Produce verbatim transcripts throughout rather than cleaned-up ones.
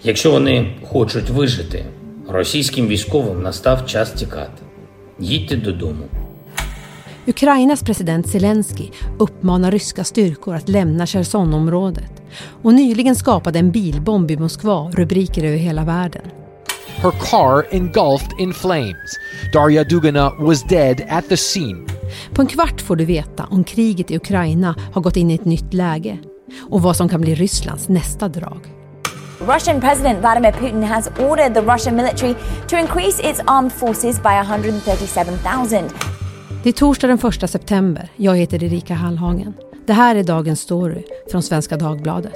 Якщо вони хочуть вижити, російським військовим настав час тікати. Їдьте додому. Ukrainas president Zelensky uppmanar ryska styrkor att lämna Chersonområdet och nyligen skapade en bilbomb i Moskva rubriker över hela världen. Her car engulfed in flames. Daria Dugina was dead at the scene. På en kvart får du veta om kriget i Ukraina har gått in i ett nytt läge och vad som kan bli Rysslands nästa drag. Russian President Vladimir Putin has ordered the Russian military to increase its armed forces by one hundred thirty-seven thousand. Det är torsdag den första september. Jag heter Erika Hallhagen. Det här är dagens story från Svenska Dagbladet.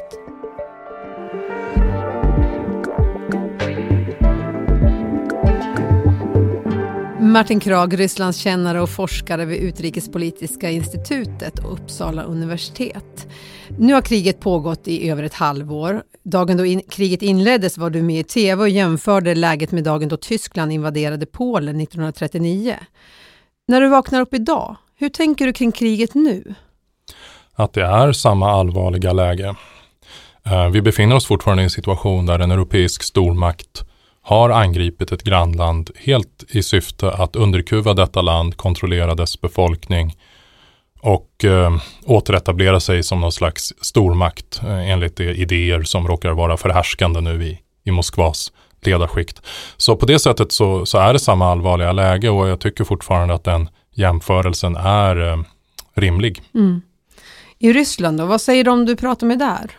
Martin Krag, Rysslands kännare och forskare vid Utrikespolitiska institutet och Uppsala universitet. Nu har kriget pågått i över ett halvår. Dagen då in- kriget inleddes var du med i tv och jämförde läget med dagen då Tyskland invaderade Polen nittonhundratrettionio. När du vaknar upp idag, hur tänker du kring kriget nu? Att det är samma allvarliga läge. Vi befinner oss fortfarande i en situation där en europeisk stormakt har angripit ett grannland helt i syfte att underkuva detta land, kontrollera dess befolkning och eh, återetablera sig som någon slags stormakt eh, enligt de idéer som råkar vara förhärskande nu i, i Moskvas ledarskikt. Så på det sättet så, så är det samma allvarliga läge och jag tycker fortfarande att den jämförelsen är eh, rimlig. Mm. I Ryssland då, vad säger de du pratar med där?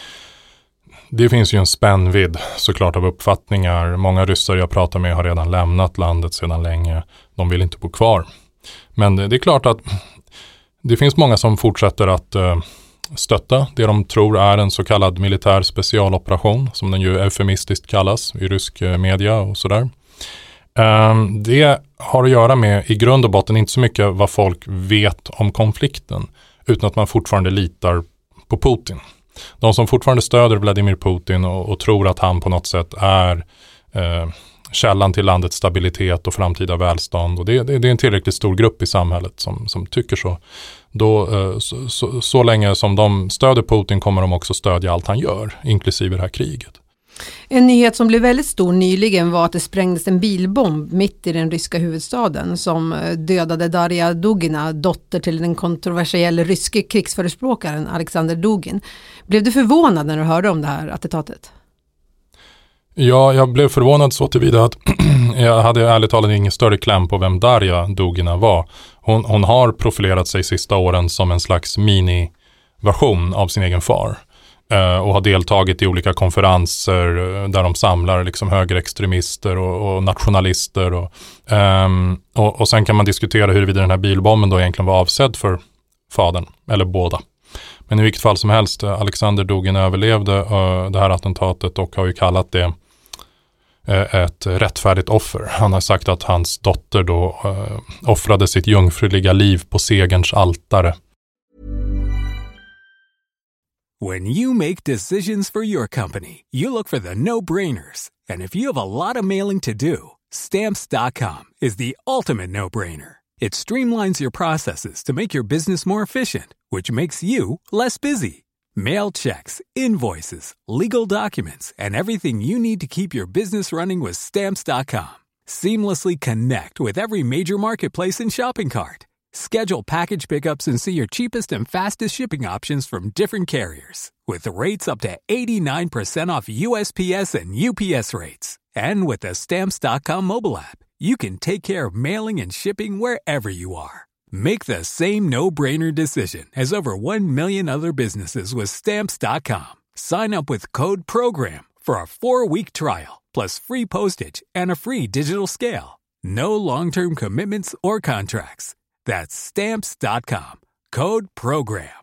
Det finns ju en spännvidd såklart av uppfattningar. Många ryssar jag pratar med har redan lämnat landet sedan länge. De vill inte bo kvar. Men det är klart att det finns många som fortsätter att uh, stötta det de tror är en så kallad militär specialoperation, som den ju eufemistiskt kallas i rysk uh, media och sådär. Uh, det har att göra med i grund och botten inte så mycket vad folk vet om konflikten, utan att man fortfarande litar på Putin. De som fortfarande stöder Vladimir Putin och, och tror att han på något sätt är eh, källan till landets stabilitet och framtida välstånd. Och det, det, det är en tillräckligt stor grupp i samhället som, som tycker så. Då, eh, så, så. Så länge som de stöder Putin kommer de också stödja allt han gör, inklusive det här kriget. En nyhet som blev väldigt stor nyligen var att det sprängdes en bilbomb mitt i den ryska huvudstaden som dödade Daria Dugina, dotter till den kontroversiella ryske krigsförespråkaren Alexander Dugin. Blev du förvånad när du hörde om det här attentatet? Ja, jag blev förvånad så tillvida att jag hade ärligt talat ingen större kläm på vem Daria Dugina var. Hon, hon har profilerat sig sista åren som en slags mini-version av sin egen far. Och har deltagit i olika konferenser där de samlar liksom högerextremister och, och nationalister. Och, um, och, och sen kan man diskutera huruvida den här bilbomben då egentligen var avsedd för fadern, eller båda. Men i vilket fall som helst, Alexander Dugin överlevde uh, det här attentatet och har ju kallat det uh, ett rättfärdigt offer. Han har sagt att hans dotter då uh, offrade sitt jungfruliga liv på segerns altare. When you make decisions for your company, you look for the no-brainers. And if you have a lot of mailing to do, Stamps dot com is the ultimate no-brainer. It streamlines your processes to make your business more efficient, which makes you less busy. Mail checks, invoices, legal documents, and everything you need to keep your business running with Stamps dot com. Seamlessly connect with every major marketplace and shopping cart. Schedule package pickups and see your cheapest and fastest shipping options from different carriers. With rates up to eighty-nine percent off U S P S and U P S rates. And with the Stamps dot com mobile app, you can take care of mailing and shipping wherever you are. Make the same no-brainer decision as over one million other businesses with Stamps dot com. Sign up with code PROGRAM for a four-week trial, plus free postage and a free digital scale. No long-term commitments or contracts. That's Stamps dot com. Code PROGRAM.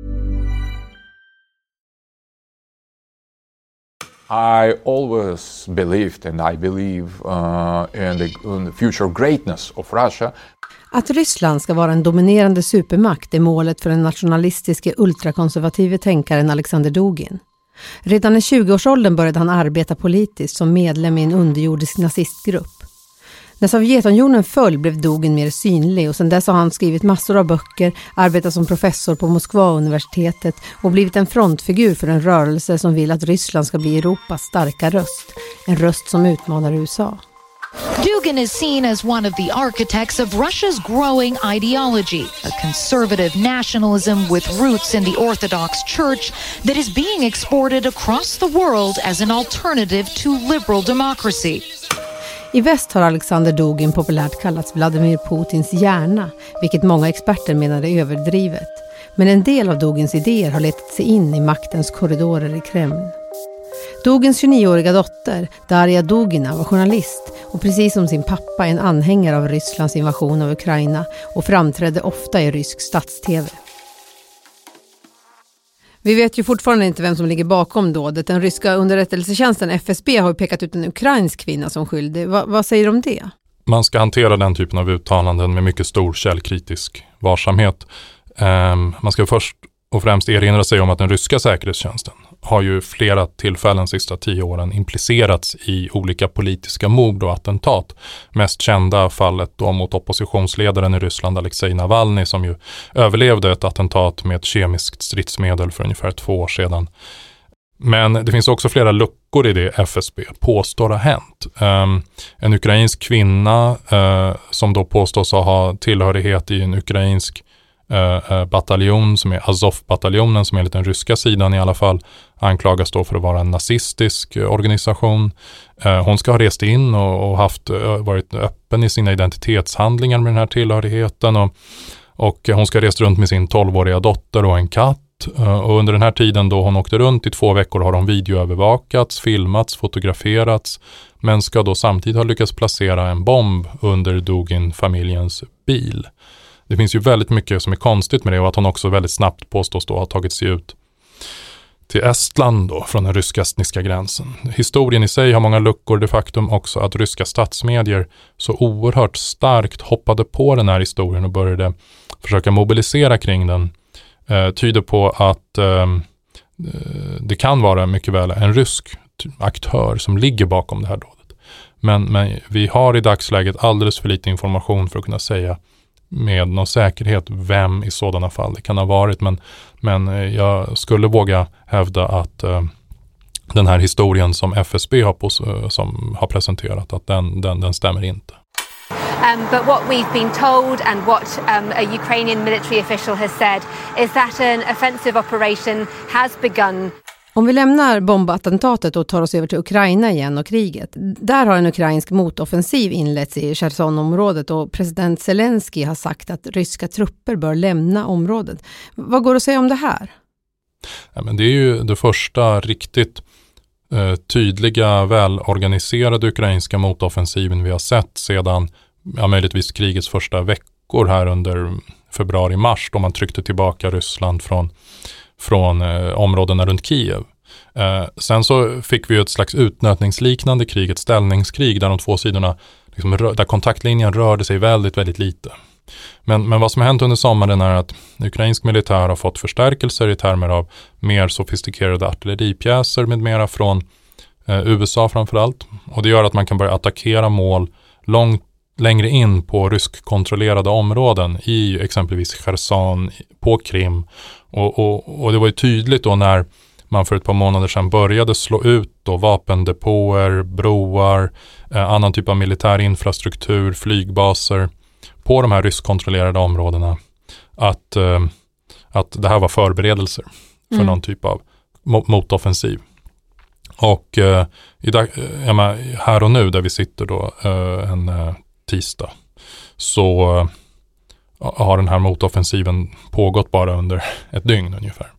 I always believed and I believe uh, in, the, in the future greatness of Russia. Att Ryssland ska vara en dominerande supermakt är målet för den nationalistiska ultrakonservative tänkaren Alexander Dugin. Redan i tjugoårsåldern började han arbeta politiskt som medlem i en underjordisk nazistgrupp. När Sovjetunionen föll blev Dugin mer synlig och sedan dess har han skrivit massor av böcker, arbetat som professor på Moskva-universitetet och blivit en frontfigur för en rörelse som vill att Ryssland ska bli Europas starka röst. En röst som utmanar U S A. Dugin is seen as one of the architects of Russia's growing ideology, a conservative nationalism with roots in the Orthodox Church that is being exported across the world as an alternative to liberal democracy. I väst har Alexander Dugin populärt kallats Vladimir Putins hjärna, vilket många experter menar är överdrivet. Men en del av Dugins idéer har letat sig in i maktens korridorer i Kreml. Dugins tjugonioåriga dotter, Darja Dugina, var journalist och precis som sin pappa en anhängare av Rysslands invasion av Ukraina och framträdde ofta i rysk stats-tv. Vi vet ju fortfarande inte vem som ligger bakom dådet. Den ryska underrättelsetjänsten F S B har pekat ut en ukrainsk kvinna som skyldig. Va- vad säger du om det? Man ska hantera den typen av uttalanden med mycket stor källkritisk varsamhet. Um, man ska först och främst erinra sig om att den ryska säkerhetstjänsten har ju flera tillfällen de sista tio åren implicerats i olika politiska mord och attentat. Mest kända fallet då mot oppositionsledaren i Ryssland Alexej Navalny som ju överlevde ett attentat med ett kemiskt stridsmedel för ungefär två år sedan. Men det finns också flera luckor i det F S B påstår har hänt. Um, en ukrainsk kvinna uh, som då påstås ha tillhörighet i en ukrainsk Uh, bataljon som är Azov-bataljonen som enligt den ryska sidan i alla fall anklagas då för att vara en nazistisk uh, organisation. Uh, hon ska ha rest in och, och haft, uh, varit öppen i sina identitetshandlingar med den här tillhörigheten och, och hon ska ha rest runt med sin tolvåriga dotter och en katt. Uh, och under den här tiden då hon åkte runt i två veckor har hon videoövervakats, filmats, fotograferats men ska då samtidigt ha lyckats placera en bomb under Dugin-familjens bil. Det finns ju väldigt mycket som är konstigt med det och att hon också väldigt snabbt påstås då ha tagit sig ut till Estland då, från den rysk-estniska gränsen. Historien i sig har många luckor, det faktum också att ryska statsmedier så oerhört starkt hoppade på den här historien och började försöka mobilisera kring den eh, tyder på att eh, det kan vara mycket väl en rysk aktör som ligger bakom det här dådet. Men, men vi har i dagsläget alldeles för lite information för att kunna säga med någon säkerhet vem i sådana fall det kan ha varit. Men, men jag skulle våga hävda att uh, den här historien som F S B har, pos- som har presenterat, att den, den, den stämmer inte. Um, but what we've been told and what um, a Ukrainian military official has said is that an offensive operation has begun. Om vi lämnar bombattentatet och tar oss över till Ukraina igen och kriget. Där har en ukrainsk motoffensiv inletts i Chersonområdet och president Zelensky har sagt att ryska trupper bör lämna området. Vad går det att säga om det här? Ja, men det är ju det första riktigt eh, tydliga, välorganiserade ukrainska motoffensiven vi har sett sedan ja, möjligtvis krigets första veckor här under februari-mars då man tryckte tillbaka Ryssland från från eh, områdena runt Kiev. Eh, sen så fick vi ju ett slags utnötningsliknande krig, ett ställningskrig där de två sidorna, liksom, där kontaktlinjen rörde sig väldigt, väldigt lite. Men, men vad som har hänt under sommaren är att ukrainsk militär har fått förstärkelser i termer av mer sofistikerade artilleripjäser med mera från eh, U S A framförallt. Och det gör att man kan börja attackera mål långt längre in på ryskkontrollerade områden i exempelvis Cherson, på Krim. Och, och, och det var ju tydligt då när man för ett par månader sedan började slå ut då vapendepåer, broar, eh, annan typ av militär infrastruktur, flygbaser på de här ryskkontrollerade områdena. Att, eh, att det här var förberedelser för mm. någon typ av motoffensiv. Och eh, i dag, eh, menar, här och nu där vi sitter då eh, en eh, tisdag så eh, har den här motoffensiven pågått bara under ett dygn ungefär.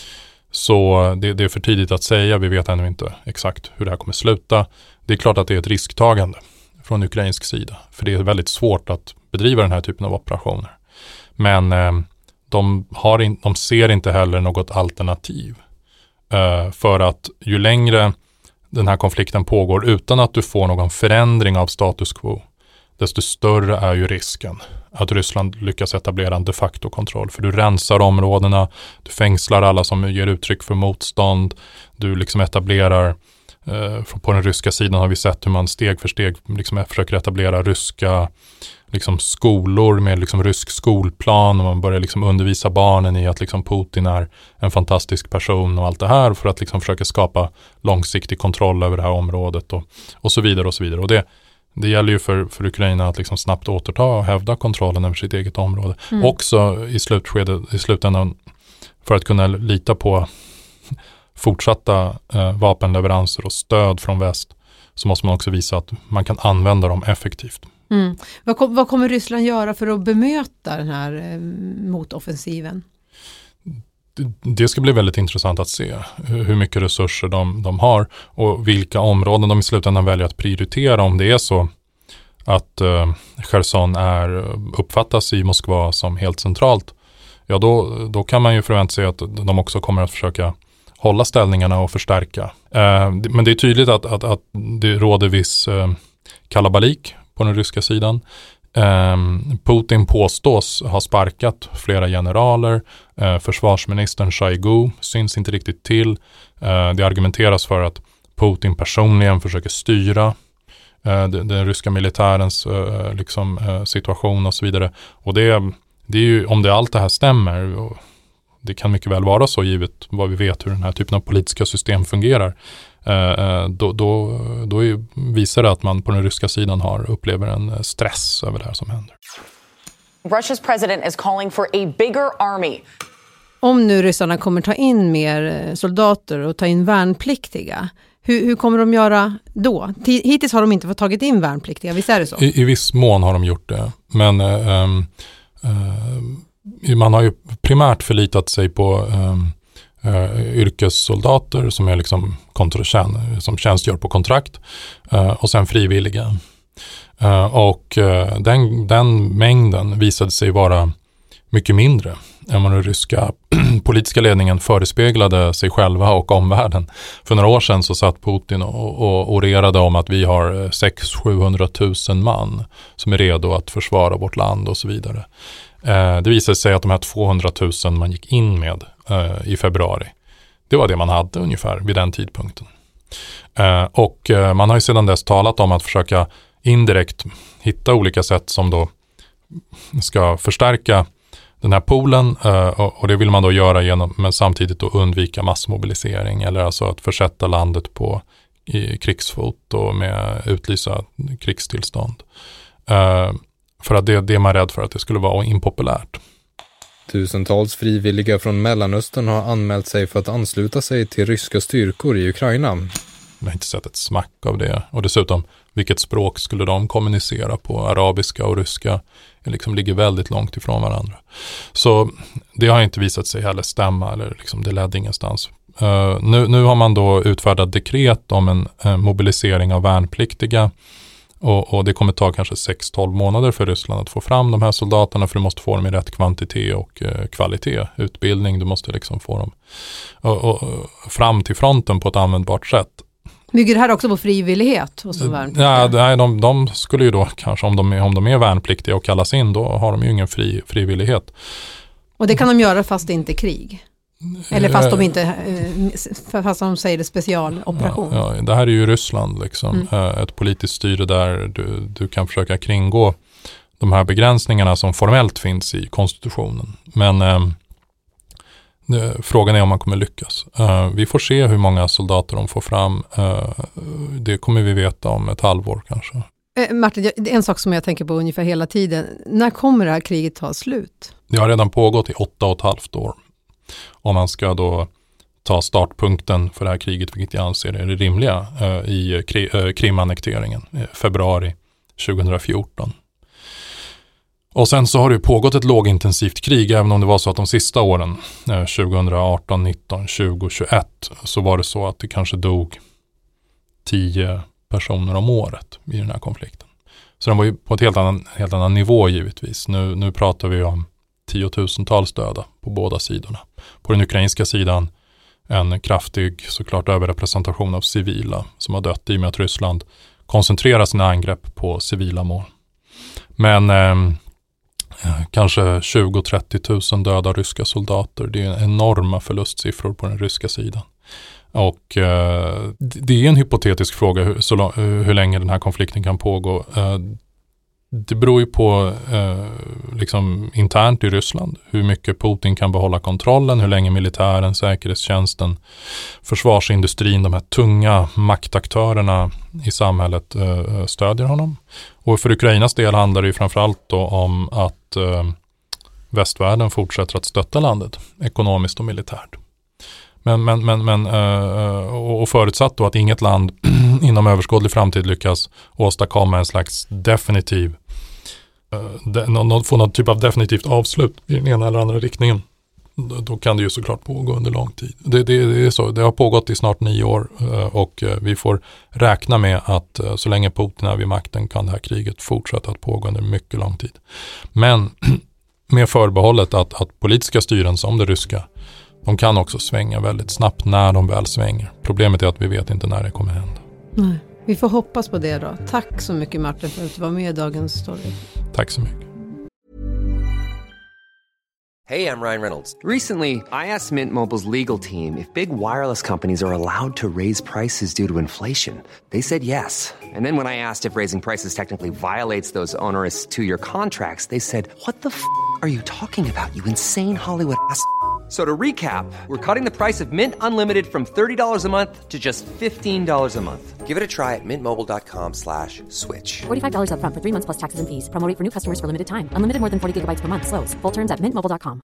Så det, det är för tidigt att säga, vi vet ännu inte exakt hur det här kommer sluta. Det är klart att det är ett risktagande från ukrainsk sida, för det är väldigt svårt att bedriva den här typen av operationer. Men eh, de, har in, de ser inte heller något alternativ. Eh, för att ju längre den här konflikten pågår utan att du får någon förändring av status quo, desto större är ju risken att Ryssland lyckas etablera en de facto kontroll. För du rensar områdena, du fängslar alla som ger uttryck för motstånd, du liksom etablerar På den ryska sidan har vi sett hur man steg för steg liksom försöker etablera ryska liksom skolor med liksom rysk skolplan, och man börjar liksom undervisa barnen i att liksom Putin är en fantastisk person och allt det här, för att liksom försöka skapa långsiktig kontroll över det här området och, och så vidare och så vidare. Och det, det gäller ju för, för Ukraina att liksom snabbt återta och hävda kontrollen över sitt eget område. Mm. Också i slutskedet, i slutändan, för att kunna lita på fortsatta eh, vapenleveranser och stöd från väst, så måste man också visa att man kan använda dem effektivt. Mm. Vad, kom, vad kommer Ryssland göra för att bemöta den här eh, motoffensiven? Det, det ska bli väldigt intressant att se hur mycket resurser de, de har och vilka områden de i slutändan väljer att prioritera. Om det är så att eh, Cherson är, uppfattas i Moskva som helt centralt, ja då, då kan man ju förvänta sig att de också kommer att försöka hålla ställningarna och förstärka. Eh, men det är tydligt att, att, att det råder viss eh, kalabalik på den ryska sidan. Eh, Putin påstås ha sparkat flera generaler. Eh, försvarsministern Shoigu syns inte riktigt till. Eh, det argumenteras för att Putin personligen försöker styra eh, den, den ryska militärens eh, liksom, eh, situation och så vidare. Och det, det är ju, om det allt det här stämmer, och det kan mycket väl vara så givet vad vi vet hur den här typen av politiska system fungerar, eh, då, då, då är, visar det att man på den ryska sidan har upplever en stress över det här som händer. Russia's president is calling for a bigger army. Om nu ryssarna kommer ta in mer soldater och ta in värnpliktiga, hur, hur kommer de göra då? T- hittills har de inte fått tagit in värnpliktiga, visst är det så? I, i viss mån har de gjort det, men eh, eh, man har ju primärt förlitat sig på um, uh, yrkessoldater som är liksom kontro- som tjänstgör på kontrakt uh, och sen frivilliga. Uh, och uh, den, den mängden visade sig vara mycket mindre än vad den ryska politiska ledningen förespeglade sig själva och omvärlden. För några år sedan så satt Putin och, och orerade om att vi har sex till sjuhundratusen man som är redo att försvara vårt land och så vidare. Eh, det visade sig att de här tvåhundratusen man gick in med eh, i februari, det var det man hade ungefär vid den tidpunkten. Eh, och eh, man har ju sedan dess talat om att försöka indirekt hitta olika sätt som då ska förstärka den här poolen, uh, och, och det vill man då göra genom, men samtidigt då undvika massmobilisering, eller alltså att försätta landet på i krigsfot och med utlysa krigstillstånd. Uh, för att det, det är man rädd för att det skulle vara impopulärt. Tusentals frivilliga från Mellanöstern har anmält sig för att ansluta sig till ryska styrkor i Ukraina. Jag har inte sett ett smack av det. Och dessutom, vilket språk skulle de kommunicera på? Arabiska och ryska det liksom ligger väldigt långt ifrån varandra. Så det har inte visat sig heller stämma, eller liksom det ledde ingenstans. Uh, nu, nu har man då utfärdat dekret om en uh, mobilisering av värnpliktiga. Och, och det kommer ta kanske sex till tolv månader för Ryssland att få fram de här soldaterna, för du måste få dem i rätt kvantitet och uh, kvalitet, utbildning. Du måste liksom få dem och, och, fram till fronten på ett användbart sätt. Bygger det här också på frivillighet hos de värnpliktiga? Ja, nej, de, de skulle ju då kanske, om de, om de är värnpliktiga och kallas in, då har de ju ingen fri, frivillighet. Och det kan de göra fast det inte är krig? Eller fast de inte, fast de säger det specialoperation? Ja, ja, det här är ju Ryssland liksom. Mm. Ett politiskt styre där du, du kan försöka kringgå de här begränsningarna som formellt finns i konstitutionen. Men eh, frågan är om man kommer lyckas. Uh, vi får se hur många soldater de får fram. Uh, det kommer vi veta om ett halvår kanske. Eh, Martin, en sak som jag tänker på ungefär hela tiden. När kommer det här kriget ta slut? Det har redan pågått i åtta och ett halvt år. Om man ska då ta startpunkten för det här kriget, vilket jag anser är det rimliga, uh, i kri- uh, Krimannekteringen i februari tjugohundrafjorton. Och sen så har det pågått ett lågintensivt krig, även om det var så att de sista åren, eh, tjugoarton, nitton, tjugo, tjugoett, så var det så att det kanske dog tio personer om året i den här konflikten. Så den var ju på ett helt annan, helt annan nivå givetvis. Nu, nu pratar vi om tiotusentals döda på båda sidorna. På den ukrainska sidan en kraftig såklart överrepresentation av civila som har dött i och med att Ryssland koncentrerar sina angrepp på civila mål. Men eh, kanske tjugo till trettio tusen döda ryska soldater. Det är enorma förlustsiffror på den ryska sidan. Och eh, det är en hypotetisk fråga hur, så, hur länge den här konflikten kan pågå. Eh, det beror ju på eh, liksom internt i Ryssland hur mycket Putin kan behålla kontrollen, hur länge militären, säkerhetstjänsten, försvarsindustrin, de här tunga maktaktörerna i samhället eh, stödjer honom. Och för Ukrainas del handlar det ju framförallt då om att eh, västvärlden fortsätter att stötta landet ekonomiskt och militärt. Men, men, men, men uh, och förutsatt då att inget land inom överskådlig framtid lyckas åstadkomma en slags definitiv, uh, de, någon, få någon typ av definitivt avslut i den ena eller andra riktningen, då, då kan det ju såklart pågå under lång tid. Det, det, det är så, det har pågått i snart nio år uh, och uh, vi får räkna med att uh, så länge Putin är vid makten kan det här kriget fortsätta att pågå under mycket lång tid. Men med förbehållet att, att politiska styren som det ryska, de kan också svänga väldigt snabbt när de väl svänger. Problemet är att vi vet inte när det kommer hända. Nej, vi får hoppas på det då. Tack så mycket Martin för att du var med i dagens story. Tack så mycket. Hey, I'm Ryan Reynolds. Recently, I asked Mint Mobile's legal team if big wireless companies are allowed to raise prices due to inflation. They said yes. And then when I asked if raising prices technically violates those onerous two-year contracts, they said, what the f*** are you talking about, you insane Hollywood ass f- So to recap, we're cutting the price of Mint Unlimited from thirty dollars a month to just fifteen dollars a month. Give it a try at mintmobile.com slash switch. forty-five dollars up front for three months plus taxes and fees. Promo rate for new customers for limited time. Unlimited more than forty gigabytes per month. Slows full terms at mint mobile dot com.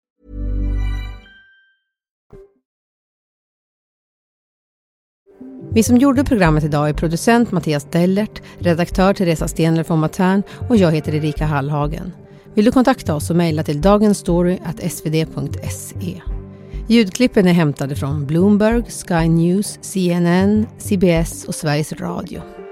Vi som gjorde programmet idag är producent Mattias Dellert, redaktör Teresa Stenler från Matern och jag heter Erika Hallhagen. Vill du kontakta oss och mejla till dagensstory at s v d punkt se. Ljudklippen är hämtade från Bloomberg, Sky News, C N N, C B S och Sveriges Radio.